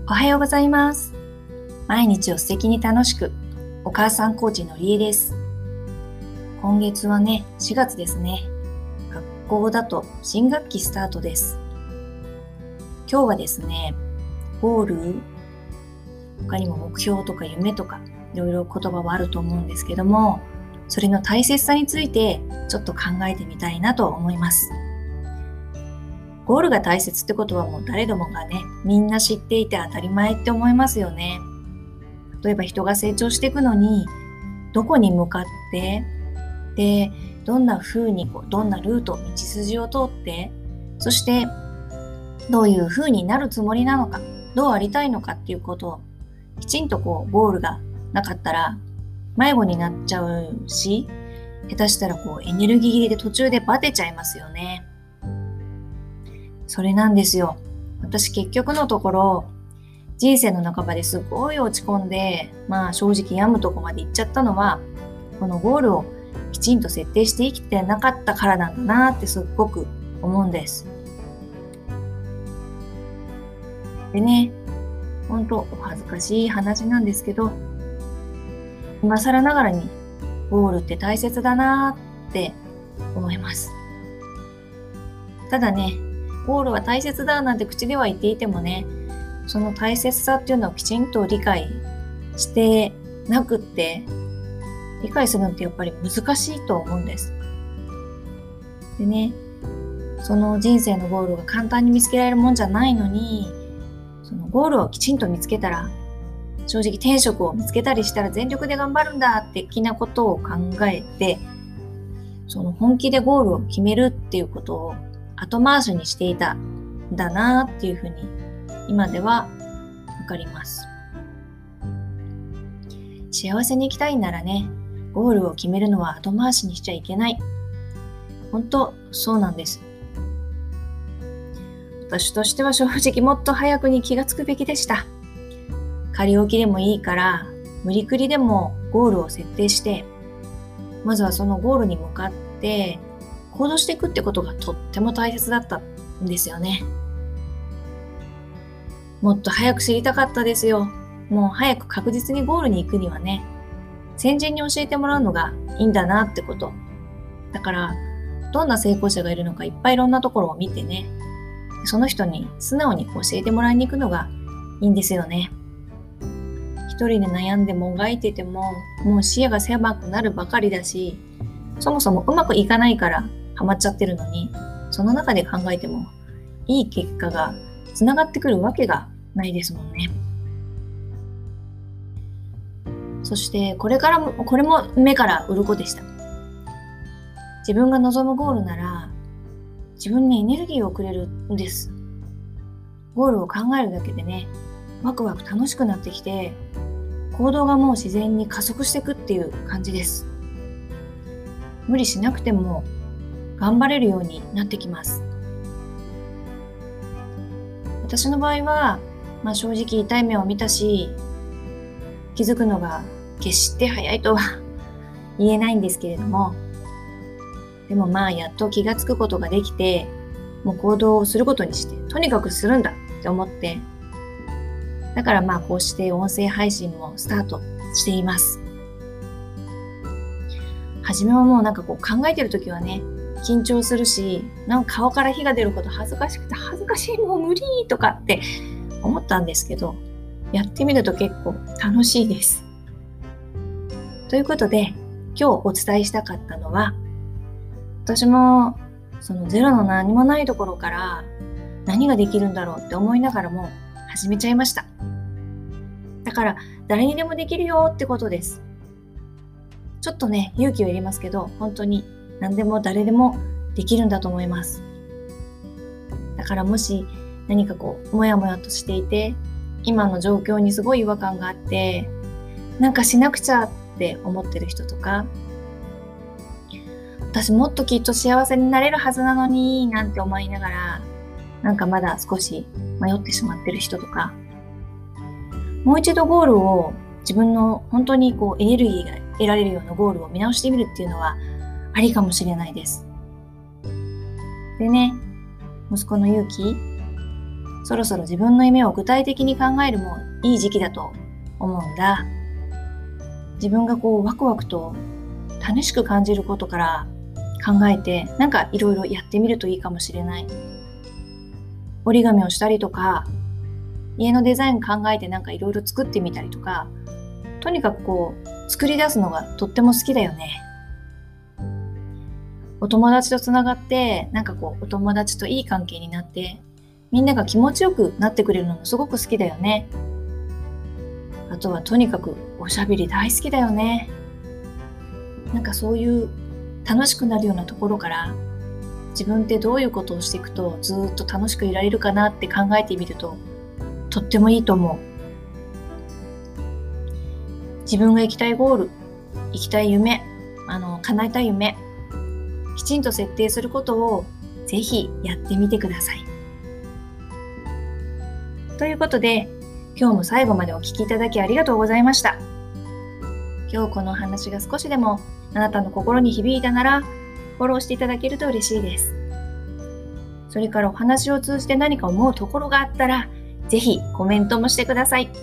おはようございます。毎日を素敵に楽しく、お母さんコーチのりえです。今月はね、4月ですね。学校だと新学期スタートです。今日はですね、ゴール、他にも目標とか夢とか、いろいろ言葉はあると思うんですけども、それの大切さについてちょっと考えてみたいなと思います。ゴールが大切ってことはもう誰どもがね、みんな知っていて当たり前って思いますよね。例えば人が成長していくのに、どこに向かって、で、どんな風にどんなルート、道筋を通って、そしてどういう風になるつもりなのか、どうありたいのかっていうことを、きちんとゴールがなかったら迷子になっちゃうし、下手したらエネルギー切れで途中でバテちゃいますよね。それなんですよ。私結局のところ、人生の半ばですごい落ち込んで、正直病むとこまで行っちゃったのは、このゴールをきちんと設定して生きてなかったからなんだなってすっごく思うんです。でね、ほんとお恥ずかしい話なんですけど、今更ながらにゴールって大切だなって思います。ただね、ゴールは大切だなんて口では言っていてもね、その大切さっていうのをきちんと理解してなくって、理解するのってやっぱり難しいと思うんです。でね、その人生のゴールが簡単に見つけられるもんじゃないのに、そのゴールをきちんと見つけたら、正直転職を見つけたりしたら全力で頑張るんだって的なことを考えて、その本気でゴールを決めるっていうことを後回しにしていたんだなっていうふうに今ではわかります。幸せに生きたいならね、ゴールを決めるのは後回しにしちゃいけない。本当そうなんです。私としては正直もっと早くに気がつくべきでした。仮置きでもいいから無理くりでもゴールを設定して、まずはそのゴールに向かって行動していくってことがとっても大切だったんですよね。もっと早く知りたかったですよ。もう早く確実にゴールに行くにはね、先人に教えてもらうのがいいんだなってこと。だから、どんな成功者がいるのかいっぱいいろんなところを見てね、その人に素直に教えてもらいに行くのがいいんですよね。一人で悩んでもがいてても、もう視野が狭くなるばかりだし、そもそもうまくいかないからハマっちゃってるのに、その中で考えてもいい結果がつながってくるわけがないですもんね。そしてこれも目から鱗でした。自分が望むゴールなら自分にエネルギーをくれるんです。ゴールを考えるだけでね、ワクワク楽しくなってきて、行動がもう自然に加速していくっていう感じです。無理しなくても頑張れるようになってきます。私の場合は、正直痛い目を見たし、気づくのが決して早いとは言えないんですけれども、でもやっと気がつくことができて、もう行動をすることにして、とにかくするんだって思って、だからこうして音声配信もスタートしています。初めはもう考えてるときはね、緊張するし、顔から火が出ること恥ずかしくて恥ずかしい、もう無理とかって思ったんですけど、やってみると結構楽しいです。ということで、今日お伝えしたかったのは、私もそのゼロの何もないところから何ができるんだろうって思いながらも始めちゃいました。だから誰にでもできるよってことです。ちょっとね、勇気を入れますけど、本当に何でも誰でもできるんだと思います。だからもし何かもやもやとしていて、今の状況にすごい違和感があって、しなくちゃって思ってる人とか、私もっときっと幸せになれるはずなのになんて思いながら、まだ少し迷ってしまってる人とか、もう一度ゴールを自分の本当にエネルギーが得られるようなゴールを見直してみるっていうのはありかもしれないです。でね、息子の勇気、 そろそろ自分の夢を具体的に考えるもいい時期だと思うんだ。自分がワクワクと楽しく感じることから考えて、なんかいろいろやってみるといいかもしれない。折り紙をしたりとか、家のデザイン考えてなんかいろいろ作ってみたりとか、とにかく作り出すのがとっても好きだよね。お友達とつながって、なんかお友達といい関係になって、みんなが気持ちよくなってくれるのもすごく好きだよね。あとはとにかくおしゃべり大好きだよね。なんかそういう楽しくなるようなところから、自分ってどういうことをしていくとずっと楽しくいられるかなって考えてみると、とってもいいと思う。自分が行きたいゴール、行きたい夢、叶えたい夢、きちんと設定することをぜひやってみてください。ということで、今日も最後までお聞きいただきありがとうございました。今日この話が少しでもあなたの心に響いたなら、フォローしていただけると嬉しいです。それからお話を通じて何か思うところがあったら、ぜひコメントもしてください。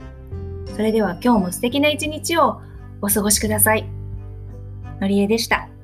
それでは今日も素敵な一日をお過ごしください。のりえでした。